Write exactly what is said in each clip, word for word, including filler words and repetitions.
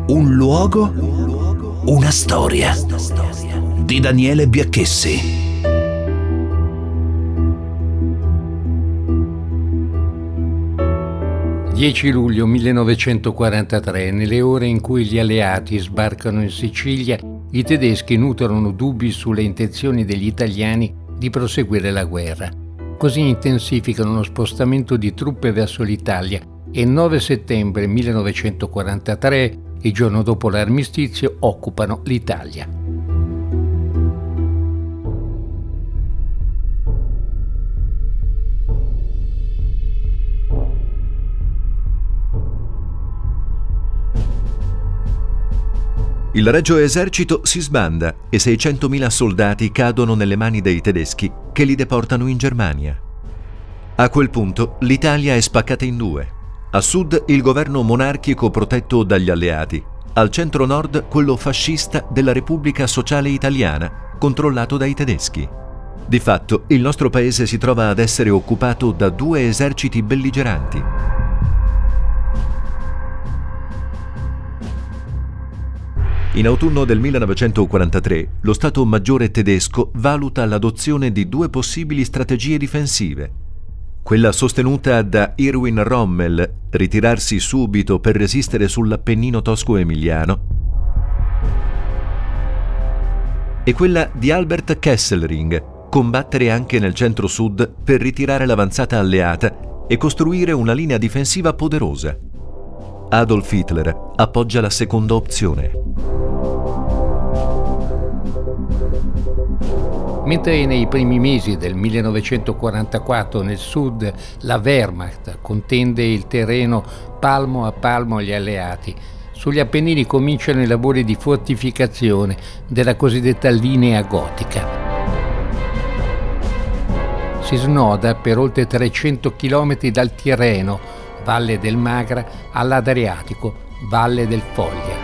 Un luogo, una storia di Daniele Biacchessi. dieci luglio millenovecentoquarantatré, nelle ore in cui gli alleati sbarcano in Sicilia, i tedeschi nutrono dubbi sulle intenzioni degli italiani di proseguire la guerra. Così intensificano uno spostamento di truppe verso l'Italia e il nove settembre millenovecentoquarantatré, il giorno dopo l'armistizio, occupano l'Italia. Il Regio Esercito si sbanda e seicentomila soldati cadono nelle mani dei tedeschi che li deportano in Germania. A quel punto l'Italia è spaccata in due. A sud il governo monarchico protetto dagli alleati, al centro-nord quello fascista della Repubblica Sociale Italiana, controllato dai tedeschi. Di fatto il nostro paese si trova ad essere occupato da due eserciti belligeranti. In autunno del millenovecentoquarantatré, lo Stato Maggiore tedesco valuta l'adozione di due possibili strategie difensive. Quella sostenuta da Erwin Rommel, ritirarsi subito per resistere sull'Appennino tosco-emiliano, e quella di Albert Kesselring, combattere anche nel centro-sud per ritirare l'avanzata alleata e costruire una linea difensiva poderosa. Adolf Hitler appoggia la seconda opzione. Mentre nei primi mesi del millenovecentoquarantaquattro nel sud la Wehrmacht contende il terreno palmo a palmo agli alleati, sugli Appennini cominciano i lavori di fortificazione della cosiddetta linea gotica. Si snoda per oltre trecento chilometri dal Tirreno, valle del Magra, all'Adriatico, valle del Foglia.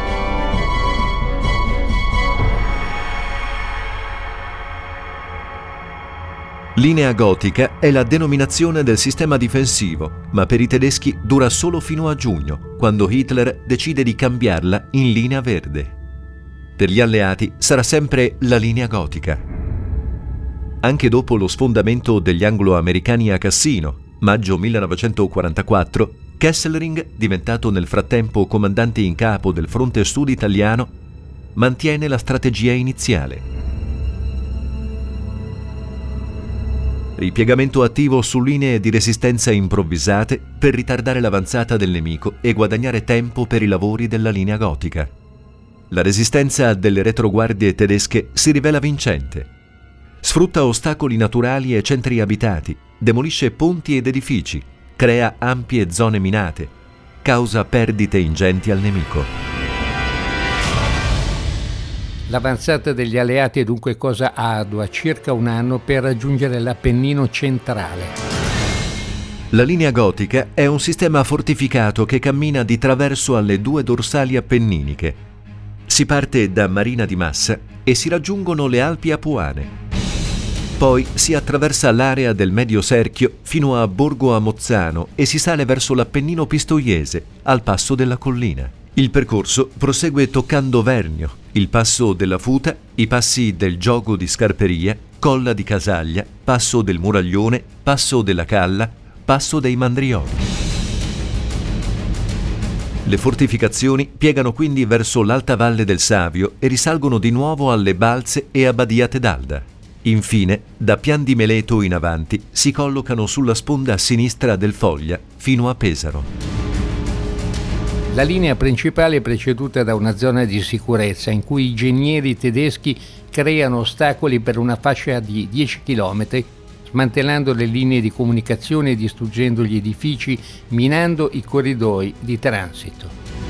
Linea gotica è la denominazione del sistema difensivo, ma per i tedeschi dura solo fino a giugno, quando Hitler decide di cambiarla in linea verde. Per gli alleati sarà sempre la linea gotica. Anche dopo lo sfondamento degli anglo-americani a Cassino, maggio millenovecentoquarantaquattro, Kesselring, diventato nel frattempo comandante in capo del fronte sud italiano, mantiene la strategia iniziale. Ripiegamento attivo su linee di resistenza improvvisate per ritardare l'avanzata del nemico e guadagnare tempo per i lavori della linea gotica. La resistenza delle retroguardie tedesche si rivela vincente. Sfrutta ostacoli naturali e centri abitati, demolisce ponti ed edifici, crea ampie zone minate, causa perdite ingenti al nemico. L'avanzata degli alleati è dunque cosa ardua, circa un anno per raggiungere l'Appennino centrale. La linea gotica è un sistema fortificato che cammina di traverso alle due dorsali appenniniche. Si parte da Marina di Massa e si raggiungono le Alpi Apuane. Poi si attraversa l'area del Medio Serchio fino a Borgo Amozzano e si sale verso l'Appennino Pistoiese, al passo della collina. Il percorso prosegue toccando Vernio, il passo della Futa, i passi del Giogo di Scarperia, Colla di Casaglia, passo del Muraglione, passo della Calla, passo dei Mandrioli. Le fortificazioni piegano quindi verso l'alta valle del Savio e risalgono di nuovo alle Balze e a Badia Tedalda. Infine, da Pian di Meleto in avanti, si collocano sulla sponda a sinistra del Foglia fino a Pesaro. La linea principale è preceduta da una zona di sicurezza in cui i genieri tedeschi creano ostacoli per una fascia di dieci chilometri, smantellando le linee di comunicazione e distruggendo gli edifici, minando i corridoi di transito.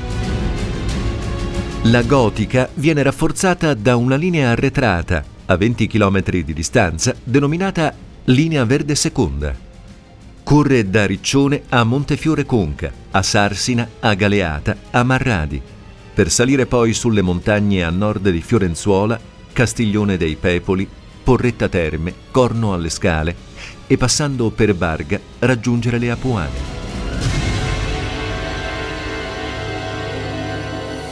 La gotica viene rafforzata da una linea arretrata a venti chilometri di distanza, denominata Linea Verde Seconda. Corre da Riccione a Montefiore Conca, a Sarsina, a Galeata, a Marradi, per salire poi sulle montagne a nord di Fiorenzuola, Castiglione dei Pepoli, Porretta Terme, Corno alle Scale e passando per Barga raggiungere le Apuane.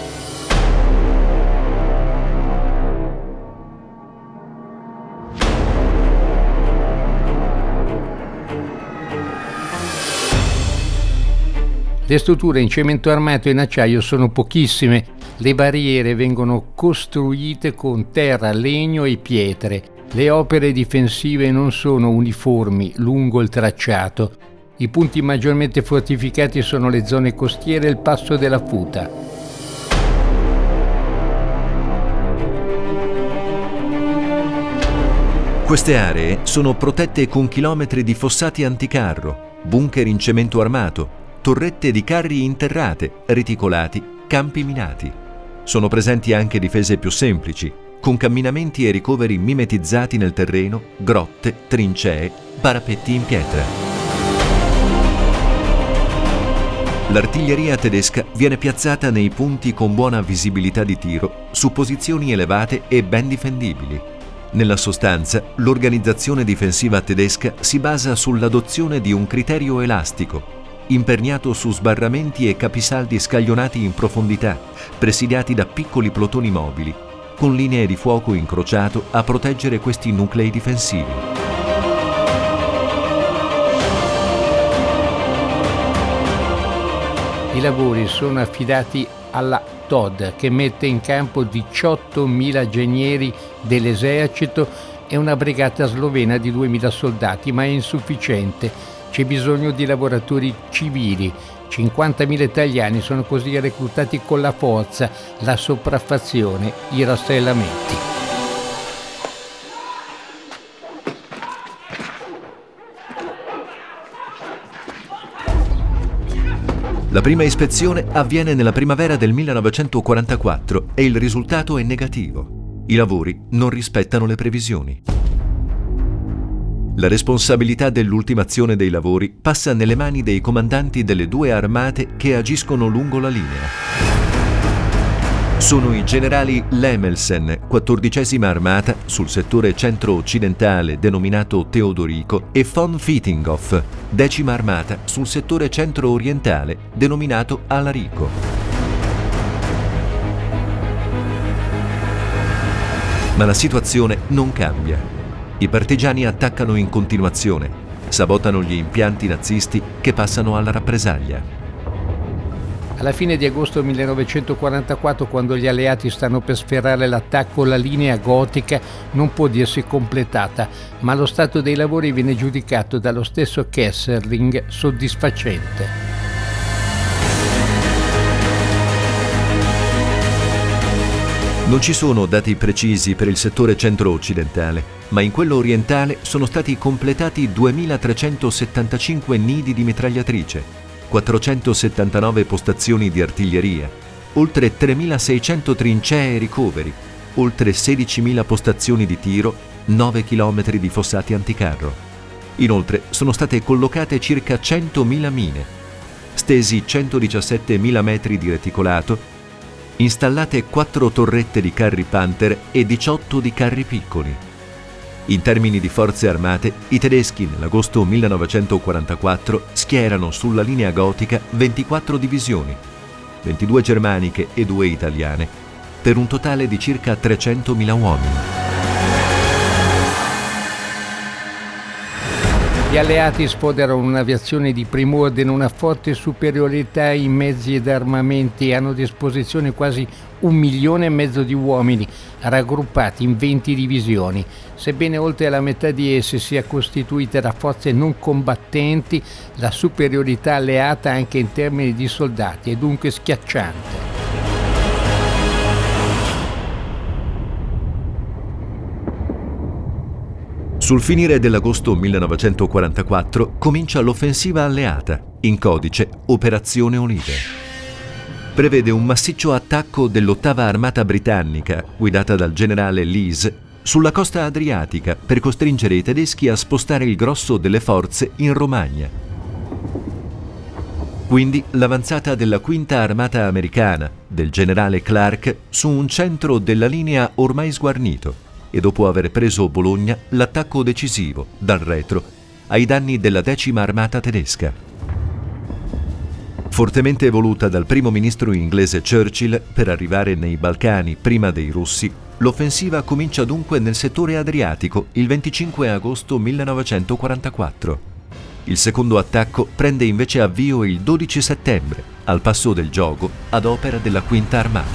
Le strutture in cemento armato e in acciaio sono pochissime. Le barriere vengono costruite con terra, legno e pietre. Le opere difensive non sono uniformi lungo il tracciato. I punti maggiormente fortificati sono le zone costiere e il passo della Futa. Queste aree sono protette con chilometri di fossati anticarro, bunker in cemento armato, torrette di carri interrate, reticolati, campi minati. Sono presenti anche difese più semplici, con camminamenti e ricoveri mimetizzati nel terreno, grotte, trincee, parapetti in pietra. L'artiglieria tedesca viene piazzata nei punti con buona visibilità di tiro, su posizioni elevate e ben difendibili. Nella sostanza, l'organizzazione difensiva tedesca si basa sull'adozione di un criterio elastico, imperniato su sbarramenti e capisaldi scaglionati in profondità, presidiati da piccoli plotoni mobili, con linee di fuoco incrociato a proteggere questi nuclei difensivi. I lavori sono affidati alla T O D, che mette in campo diciottomila genieri dell'esercito e una brigata slovena di duemila soldati, ma è insufficiente. C'è bisogno di lavoratori civili. cinquantamila italiani sono così reclutati con la forza, la sopraffazione, i rastrellamenti. La prima ispezione avviene nella primavera del millenovecentoquarantaquattro e il risultato è negativo. I lavori non rispettano le previsioni. La responsabilità dell'ultimazione dei lavori passa nelle mani dei comandanti delle due armate che agiscono lungo la linea. Sono i generali Lemelsen, quattordicesima armata, sul settore centro-occidentale denominato Teodorico, e von Fittinghoff, decima armata, sul settore centro-orientale denominato Alarico. Ma la situazione non cambia. I partigiani attaccano in continuazione, sabotano gli impianti nazisti che passano alla rappresaglia. Alla fine di agosto millenovecentoquarantaquattro, quando gli alleati stanno per sferrare l'attacco, la linea gotica non può dirsi completata, ma lo stato dei lavori viene giudicato dallo stesso Kesselring soddisfacente. Non ci sono dati precisi per il settore centro-occidentale, ma in quello orientale sono stati completati duemilatrecentosettantacinque nidi di mitragliatrice, quattrocentosettantanove postazioni di artiglieria, oltre tremilaseicento trincee e ricoveri, oltre sedicimila postazioni di tiro, nove chilometri di fossati anticarro. Inoltre sono state collocate circa centomila mine, stesi centodiciassettemila metri di reticolato, installate quattro torrette di carri Panther e diciotto di carri piccoli. In termini di forze armate, i tedeschi nell'agosto millenovecentoquarantaquattro schierano sulla linea gotica ventiquattro divisioni, ventidue germaniche e due italiane, per un totale di circa trecentomila uomini. Gli alleati sfoderano un'aviazione di prim'ordine, una forte superiorità in mezzi ed armamenti e hanno a disposizione quasi un milione e mezzo di uomini, raggruppati in venti divisioni. Sebbene oltre la metà di esse sia costituita da forze non combattenti, la superiorità alleata anche in termini di soldati è dunque schiacciante. Sul finire dell'agosto millenovecentoquarantaquattro comincia l'offensiva alleata, in codice Operazione Olive. Prevede un massiccio attacco dell'ottava armata britannica, guidata dal generale Lees, sulla costa adriatica per costringere i tedeschi a spostare il grosso delle forze in Romagna. Quindi l'avanzata della quinta armata americana, del generale Clark, su un centro della linea ormai sguarnito, e dopo aver preso Bologna, l'attacco decisivo, dal retro, ai danni della decima armata tedesca. Fortemente voluta dal primo ministro inglese Churchill per arrivare nei Balcani prima dei russi, l'offensiva comincia dunque nel settore adriatico il venticinque agosto millenovecentoquarantaquattro. Il secondo attacco prende invece avvio il dodici settembre, al Passo del Giogo, ad opera della Quinta Armata.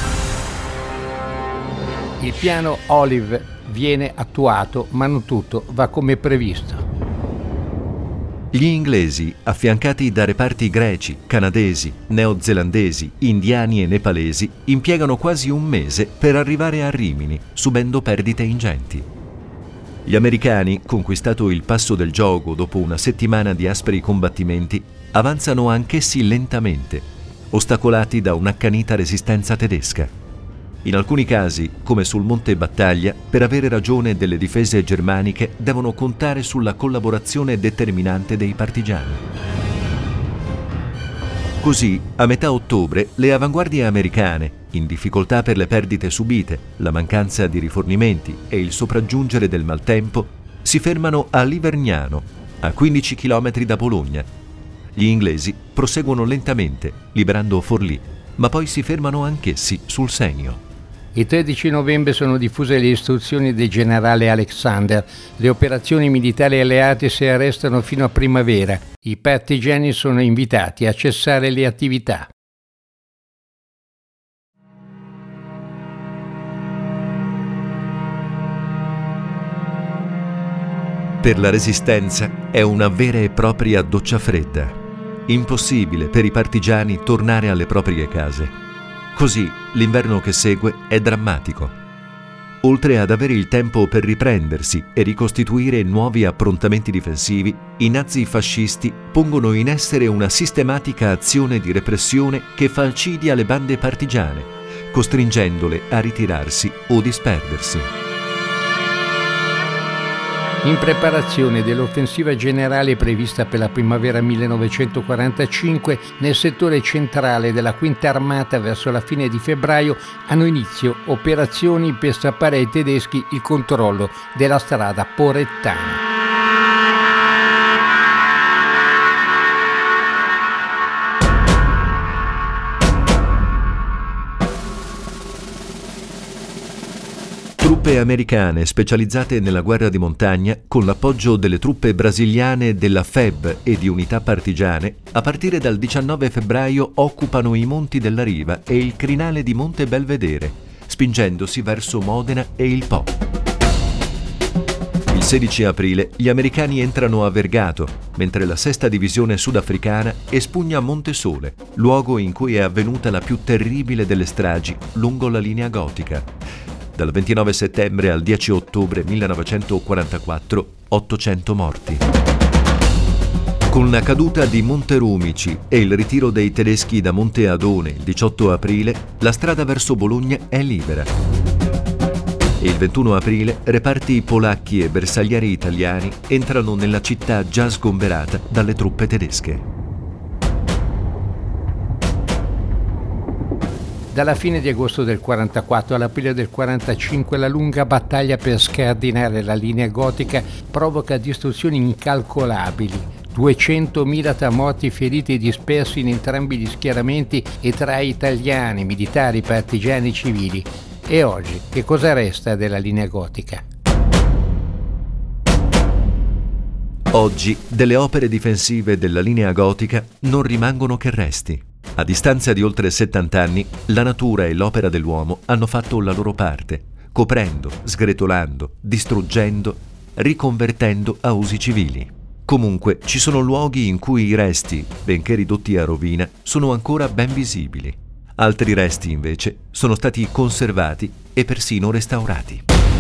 Il piano Olive viene attuato, ma non tutto va come previsto. Gli inglesi, affiancati da reparti greci, canadesi, neozelandesi, indiani e nepalesi, impiegano quasi un mese per arrivare a Rimini, subendo perdite ingenti. Gli americani, conquistato il Passo del Giogo dopo una settimana di aspri combattimenti, avanzano anch'essi lentamente, ostacolati da un'accanita resistenza tedesca. In alcuni casi, come sul Monte Battaglia, per avere ragione delle difese germaniche devono contare sulla collaborazione determinante dei partigiani. Così, a metà ottobre, le avanguardie americane, in difficoltà per le perdite subite, la mancanza di rifornimenti e il sopraggiungere del maltempo, si fermano a Livergnano, a quindici chilometri da Bologna. Gli inglesi proseguono lentamente, liberando Forlì, ma poi si fermano anch'essi sul Senio. Il tredici novembre sono diffuse le istruzioni del generale Alexander. Le operazioni militari alleate si arrestano fino a primavera. I partigiani sono invitati a cessare le attività. Per la Resistenza è una vera e propria doccia fredda. Impossibile per i partigiani tornare alle proprie case. Così l'inverno che segue è drammatico. Oltre ad avere il tempo per riprendersi e ricostituire nuovi approntamenti difensivi, i nazi-fascisti pongono in essere una sistematica azione di repressione che falcidia le bande partigiane, costringendole a ritirarsi o disperdersi. In preparazione dell'offensiva generale prevista per la primavera millenovecentoquarantacinque, nel settore centrale della Quinta Armata verso la fine di febbraio hanno inizio operazioni per strappare ai tedeschi il controllo della strada Porettana. Truppe americane specializzate nella guerra di montagna, con l'appoggio delle truppe brasiliane della F E B e di unità partigiane, a partire dal diciannove febbraio occupano i monti della Riva e il crinale di Monte Belvedere, spingendosi verso Modena e il Po. Il sedici aprile gli americani entrano a Vergato, mentre la sesta divisione sudafricana espugna Monte Sole, luogo in cui è avvenuta la più terribile delle stragi lungo la linea gotica. Dal ventinove settembre al dieci ottobre millenovecentoquarantaquattro, ottocento morti. Con la caduta di Monterumici e il ritiro dei tedeschi da Monte Adone il diciotto aprile, la strada verso Bologna è libera. E il ventuno aprile reparti polacchi e bersaglieri italiani entrano nella città già sgomberata dalle truppe tedesche. Dalla fine di agosto del quarantaquattro all'aprile del quarantacinque la lunga battaglia per scardinare la linea gotica provoca distruzioni incalcolabili, duecentomila tra morti, feriti e dispersi in entrambi gli schieramenti e tra italiani, militari, partigiani, civili. E oggi che cosa resta della linea gotica? Oggi delle opere difensive della linea gotica non rimangono che resti. A distanza di oltre settanta anni, la natura e l'opera dell'uomo hanno fatto la loro parte, coprendo, sgretolando, distruggendo, riconvertendo a usi civili. Comunque, ci sono luoghi in cui i resti, benché ridotti a rovina, sono ancora ben visibili. Altri resti, invece, sono stati conservati e persino restaurati.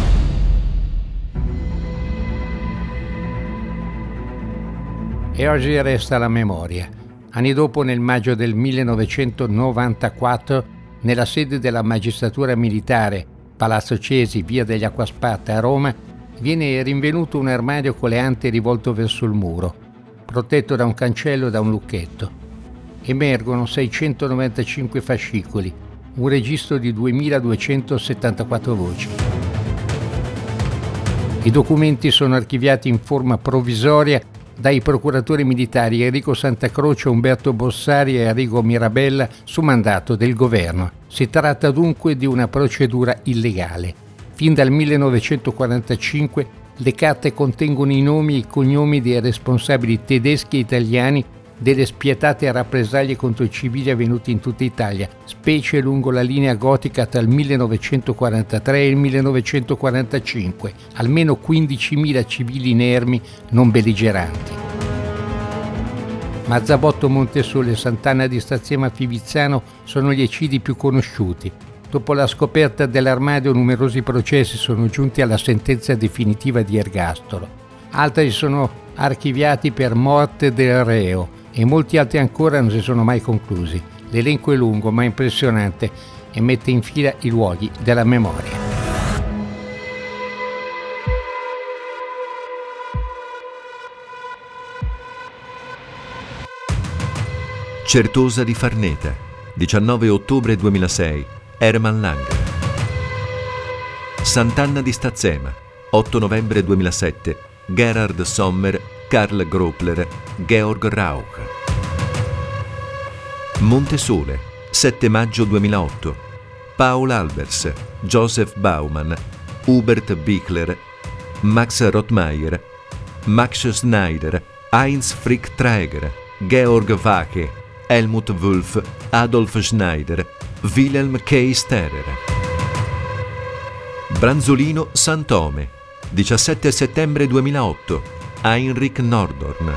E oggi resta la memoria. Anni dopo, nel maggio del millenovecentonovantaquattro, nella sede della magistratura militare, Palazzo Cesi, via degli Acquasparta a Roma, viene rinvenuto un armadio con le ante rivolto verso il muro, protetto da un cancello e da un lucchetto. Emergono seicentonovantacinque fascicoli, un registro di duemiladuecentosettantaquattro voci. I documenti sono archiviati in forma provvisoria dai procuratori militari Enrico Santacroce, Umberto Bossari e Arrigo Mirabella su mandato del governo. Si tratta dunque di una procedura illegale. Fin dal millenovecentoquarantacinque le carte contengono i nomi e i cognomi dei responsabili tedeschi e italiani delle spietate rappresaglie contro i civili avvenute in tutta Italia, specie lungo la linea gotica tra il millenovecentoquarantatré e il millenovecentoquarantacinque, almeno quindicimila civili inermi non belligeranti. Mazzabotto, Montesole e Sant'Anna di Stazzema Fivizzano sono gli eccidi più conosciuti. Dopo la scoperta dell'armadio, numerosi processi sono giunti alla sentenza definitiva di ergastolo. Altri sono archiviati per morte del reo e molti altri ancora non si sono mai conclusi. L'elenco è lungo ma impressionante e mette in fila i luoghi della memoria. Certosa di Farneta, diciannove ottobre duemilasei, Hermann Langer. Sant'Anna di Stazzema, otto novembre duemilasette, Gerhard Sommer, Karl Gropler, Georg Rauch. Montesole, sette maggio duemilaotto, Paul Albers, Joseph Baumann, Hubert Bichler, Max Rottmeier, Max Schneider, Heinz Frick Traeger, Georg Wache, Helmut Wulff, Adolf Schneider, Wilhelm K. Sterer. Branzolino Sant'Ome, diciassette settembre duemilaotto, Heinrich Nordorn.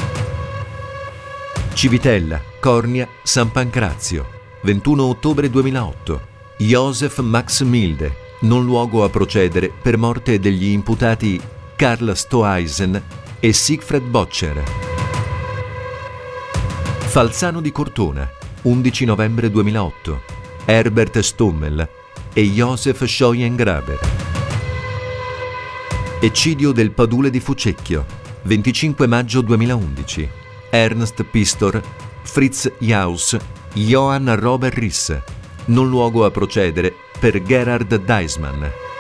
Civitella, Cornia, San Pancrazio, ventuno ottobre duemilaotto, Josef Max Milde, non luogo a procedere per morte degli imputati Karl Stoeisen e Siegfried Bottcher. Falzano di Cortona, undici novembre duemilaotto, Herbert Stummel e Josef Scheuengraber. Eccidio del Padule di Fucecchio, venticinque maggio duemilaundici, Ernst Pistor, Fritz Jaus, Johann Robert Riss, non luogo a procedere per Gerhard Deismann.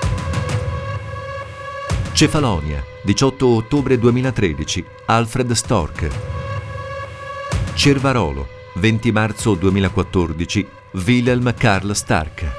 Cefalonia, diciotto ottobre duemilatredici, Alfred Stork. Cervarolo, venti marzo duemilaquattordici, Wilhelm Karl Stark.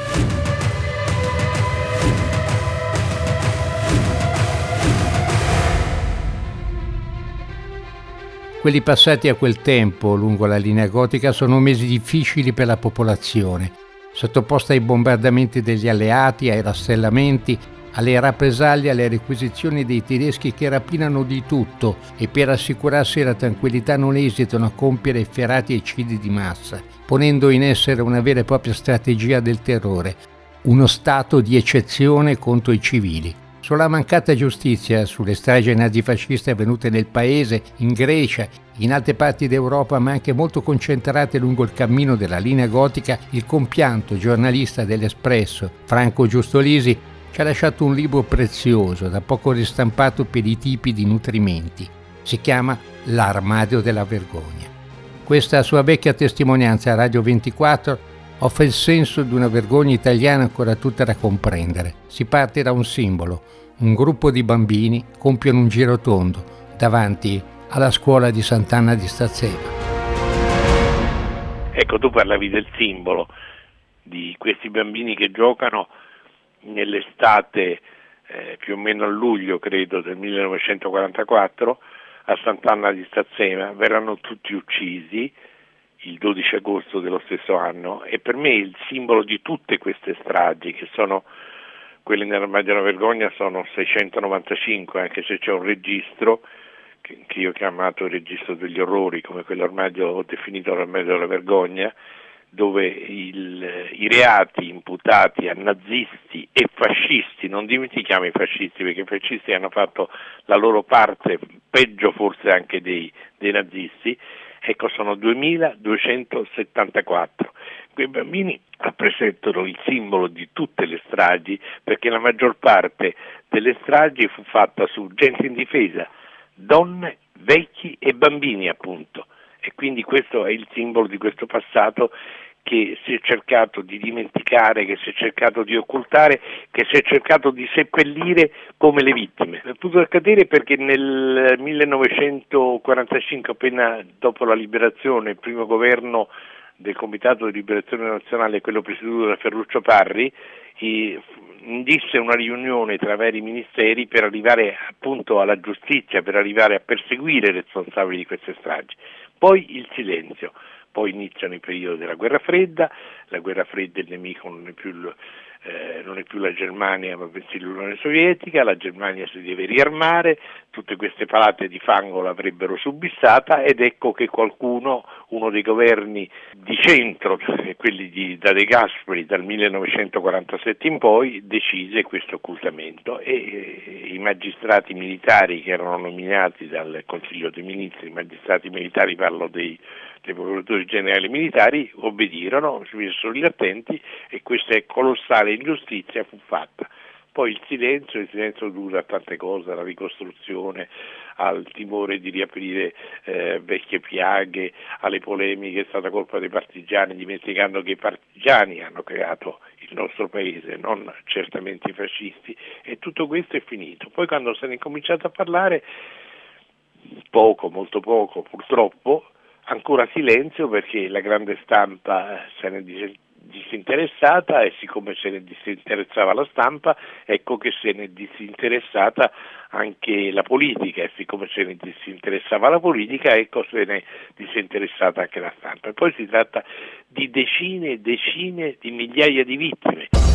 Quelli passati a quel tempo lungo la linea gotica sono mesi difficili per la popolazione, sottoposta ai bombardamenti degli alleati, ai rastrellamenti, alle rappresaglie, alle requisizioni dei tedeschi che rapinano di tutto e per assicurarsi la tranquillità non esitano a compiere efferati eccidi di massa, ponendo in essere una vera e propria strategia del terrore, uno stato di eccezione contro i civili. Sulla mancata giustizia, sulle stragi nazifasciste avvenute nel paese, in Grecia, in altre parti d'Europa, ma anche molto concentrate lungo il cammino della linea gotica, il compianto giornalista dell'Espresso, Franco Giustolisi, ci ha lasciato un libro prezioso, da poco ristampato per i tipi di nutrimenti. Si chiama L'armadio della vergogna. Questa sua vecchia testimonianza a Radio ventiquattro offre il senso di una vergogna italiana ancora tutta da comprendere. Si parte da un simbolo. Un gruppo di bambini compiono un giro tondo davanti alla scuola di Sant'Anna di Stazzema. Ecco, tu parlavi del simbolo di questi bambini che giocano nell'estate, eh, più o meno a luglio credo del millenovecentoquarantaquattro, a Sant'Anna di Stazzema. Verranno tutti uccisi il dodici agosto dello stesso anno, e per me il simbolo di tutte queste stragi, che sono quelle nell'armadio della vergogna, sono seicentonovantacinque, anche se c'è un registro che, che io ho chiamato il registro degli orrori, come quell'armadio, ho definito l'armadio della vergogna, dove il, i reati imputati a nazisti e fascisti, non dimentichiamo i fascisti, perché i fascisti hanno fatto la loro parte, peggio forse anche dei, dei nazisti, ecco, sono duemiladuecentosettantaquattro. Quei bambini rappresentano il simbolo di tutte le stragi, perché la maggior parte delle stragi fu fatta su gente indifesa, donne, vecchi e bambini appunto, e quindi questo è il simbolo di questo passato che si è cercato di dimenticare, che si è cercato di occultare, che si è cercato di seppellire come le vittime. È potuto accadere perché nel millenovecentoquarantacinque, appena dopo la liberazione, il primo governo del Comitato di Liberazione Nazionale, quello presieduto da Ferruccio Parri, eh, indisse una riunione tra vari ministeri per arrivare appunto alla giustizia, per arrivare a perseguire i responsabili di queste stragi. Poi il silenzio, poi iniziano i periodi della guerra fredda, la guerra fredda il nemico non è più, eh, non è più la Germania ma bensì l'Unione Sovietica, la Germania si deve riarmare, tutte queste palate di fango l'avrebbero subissata ed ecco che qualcuno, uno dei governi di centro, quelli di, da De Gasperi dal millenovecentoquarantasette in poi, decise questo occultamento e, e i magistrati militari che erano nominati dal Consiglio dei Ministri, i magistrati militari, parlo dei dei procuratori generali militari, obbedirono, si misero lì attenti e questa colossale ingiustizia fu fatta. Poi il silenzio, il silenzio dura a tante cose, alla ricostruzione, al timore di riaprire eh, vecchie piaghe, alle polemiche, è stata colpa dei partigiani, dimenticando che i partigiani hanno creato il nostro paese, non certamente i fascisti, e tutto questo è finito. Poi quando se ne è cominciato a parlare, poco, molto poco purtroppo, ancora silenzio perché la grande stampa se ne è disinteressata e siccome se ne disinteressava la stampa, ecco che se ne è disinteressata anche la politica e siccome se ne disinteressava la politica, ecco se ne è disinteressata anche la stampa. E poi si tratta di decine e decine di migliaia di vittime.